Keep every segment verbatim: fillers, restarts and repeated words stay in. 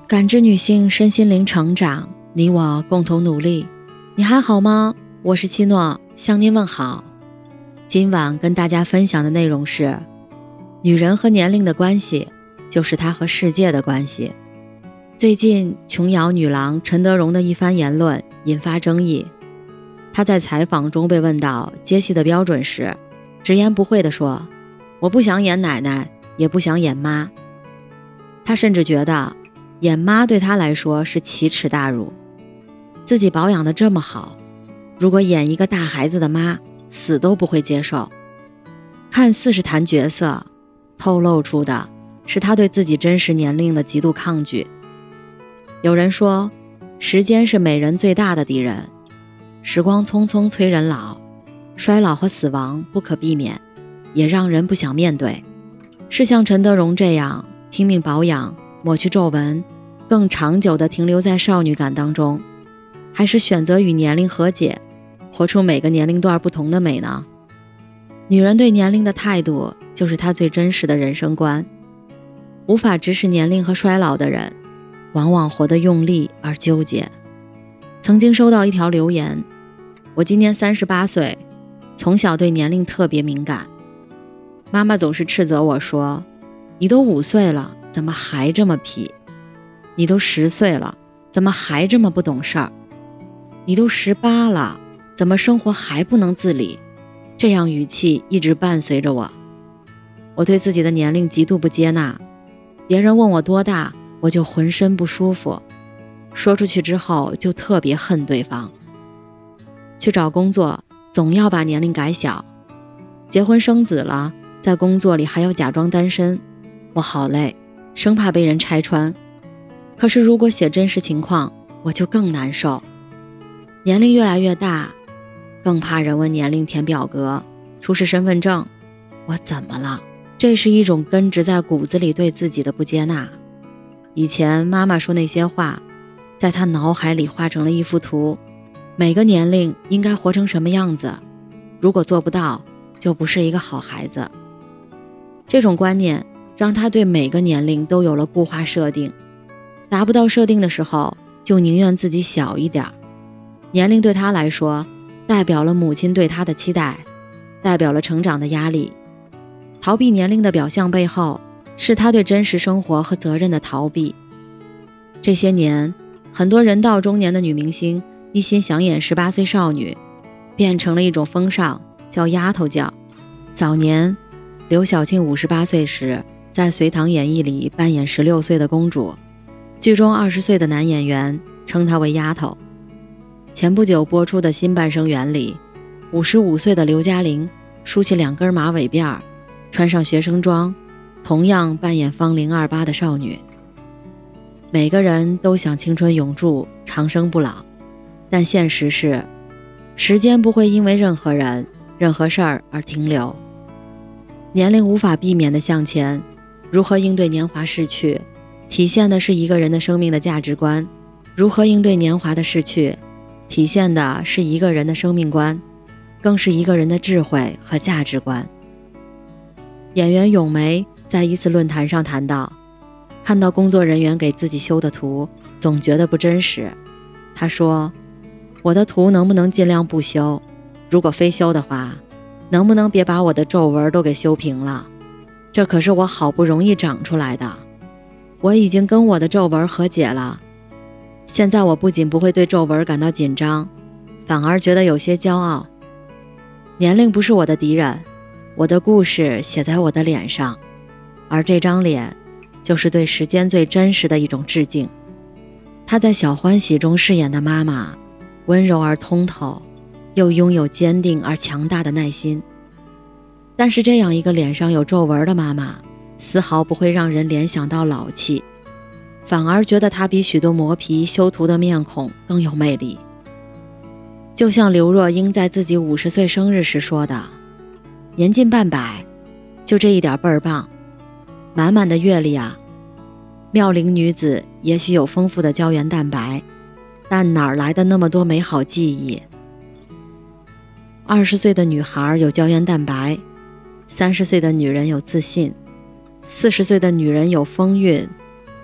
感知女性身心灵成长，你我共同努力。你还好吗？我是七诺，向您问好。今晚跟大家分享的内容是，女人和年龄的关系，就是她和世界的关系。最近琼瑶女郎陈德容的一番言论引发争议。她在采访中被问到接戏的标准时，直言不讳地说，我不想演奶奶，也不想演妈。她甚至觉得演妈对她来说是奇耻大辱，自己保养得这么好，如果演一个大孩子的妈，死都不会接受。看似是谈角色，透露出的是她对自己真实年龄的极度抗拒。有人说，时间是美人最大的敌人，时光匆匆催人老，衰老和死亡不可避免，也让人不想面对。是像陈德容这样拼命保养，抹去皱纹，更长久地停留在少女感当中，还是选择与年龄和解，活出每个年龄段不同的美呢？女人对年龄的态度，就是她最真实的人生观。无法直视年龄和衰老的人，往往活得用力而纠结。曾经收到一条留言，我今年三十八岁，从小对年龄特别敏感。妈妈总是斥责我说，你都五岁了，怎么还这么皮？你都十岁了，怎么还这么不懂事儿？你都十八了，怎么生活还不能自理？这样语气一直伴随着我。我对自己的年龄极度不接纳，别人问我多大，我就浑身不舒服，说出去之后就特别恨对方。去找工作总要把年龄改小，结婚生子了，在工作里还要假装单身，我好累，生怕被人拆穿。可是如果写真实情况，我就更难受。年龄越来越大，更怕人问年龄填表格，出示身份证，我怎么了？这是一种根植在骨子里对自己的不接纳。以前妈妈说那些话，在她脑海里画成了一幅图，每个年龄应该活成什么样子，如果做不到，就不是一个好孩子。这种观念让她对每个年龄都有了固化设定，达不到设定的时候，就宁愿自己小一点。年龄对她来说，代表了母亲对她的期待，代表了成长的压力。逃避年龄的表象背后，是她对真实生活和责任的逃避。这些年，很多人到中年的女明星一心想演十八岁少女，变成了一种风尚，叫丫头叫。早年刘晓庆五十八岁时，在《隋唐演义》里扮演十六岁的公主，剧中二十岁的男演员称她为丫头。前不久播出的《新半生缘》里，五十五岁的刘嘉玲梳起两根马尾辫，穿上学生装，同样扮演芳龄二八的少女。每个人都想青春永驻，长生不老，但现实是，时间不会因为任何人、任何事儿而停留。年龄无法避免地向前，如何应对年华逝去，体现的是一个人的生命的价值观；如何应对年华的逝去，体现的是一个人的生命观，更是一个人的智慧和价值观。演员咏梅在一次论坛上谈到，看到工作人员给自己修的图，总觉得不真实。她说，我的图能不能尽量不修？如果非修的话，能不能别把我的皱纹都给修平了？这可是我好不容易长出来的，我已经跟我的皱纹和解了。现在我不仅不会对皱纹感到紧张，反而觉得有些骄傲。年龄不是我的敌人，我的故事写在我的脸上，而这张脸就是对时间最真实的一种致敬。她在《小欢喜》中饰演的妈妈，温柔而通透，又拥有坚定而强大的耐心。但是这样一个脸上有皱纹的妈妈，丝毫不会让人联想到老气，反而觉得她比许多磨皮修图的面孔更有魅力。就像刘若英在自己五十岁生日时说的，年近半百，就这一点倍儿棒，满满的阅历啊。妙龄女子也许有丰富的胶原蛋白，但哪儿来的那么多美好记忆？二十岁的女孩有胶原蛋白，三十岁的女人有自信，四十岁的女人有风韵，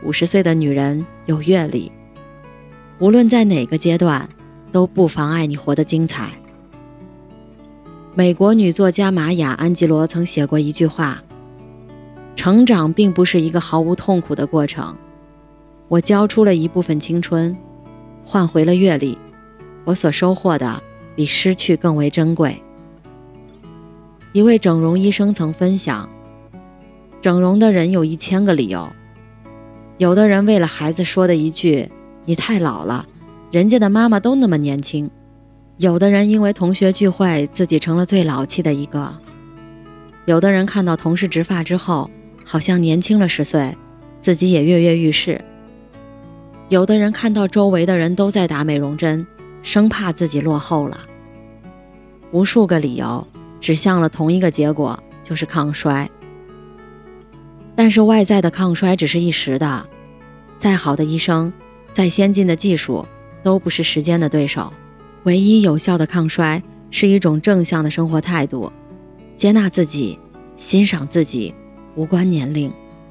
五十岁的女人有阅历，无论在哪个阶段，都不妨碍你活得精彩。美国女作家玛雅·安吉罗曾写过一句话：成长并不是一个毫无痛苦的过程。我交出了一部分青春，换回了阅历，我所收获的比失去更为珍贵。一位整容医生曾分享，整容的人有一千个理由，有的人为了孩子说的一句你太老了，人家的妈妈都那么年轻，有的人因为同学聚会自己成了最老气的一个，有的人看到同事植发之后好像年轻了十岁，自己也跃跃欲试，有的人看到周围的人都在打美容针，生怕自己落后了。无数个理由指向了同一个结果，就是抗衰。但是外在的抗衰只是一时的，再好的医生，再先进的技术，都不是时间的对手。唯一有效的抗衰是一种正向的生活态度，接纳自己，欣赏自己，无关年龄。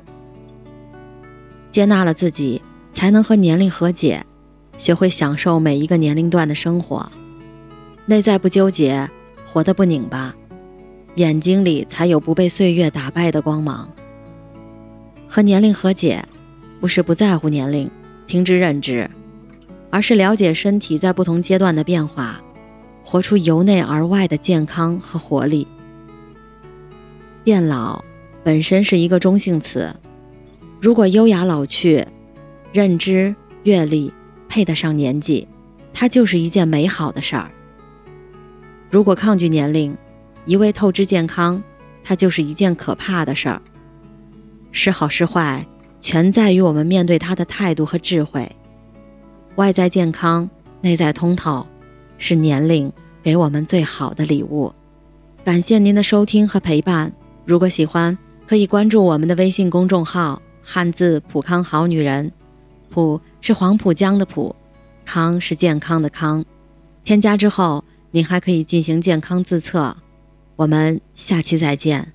接纳了自己，才能和年龄和解，学会享受每一个年龄段的生活。内在不纠结，活得不拧巴，眼睛里才有不被岁月打败的光芒。和年龄和解，不是不在乎年龄，停止认知，而是了解身体在不同阶段的变化，活出由内而外的健康和活力。变老本身是一个中性词，如果优雅老去，认知、阅历配得上年纪，它就是一件美好的事儿。如果抗拒年龄，一味透支健康，它就是一件可怕的事儿。是好是坏，全在于我们面对它的态度和智慧。外在健康，内在通透，是年龄给我们最好的礼物。感谢您的收听和陪伴，如果喜欢，可以关注我们的微信公众号汉字浦康好女人，浦是黄浦江的浦，康是健康的康。添加之后，您还可以进行健康自测。我们下期再见。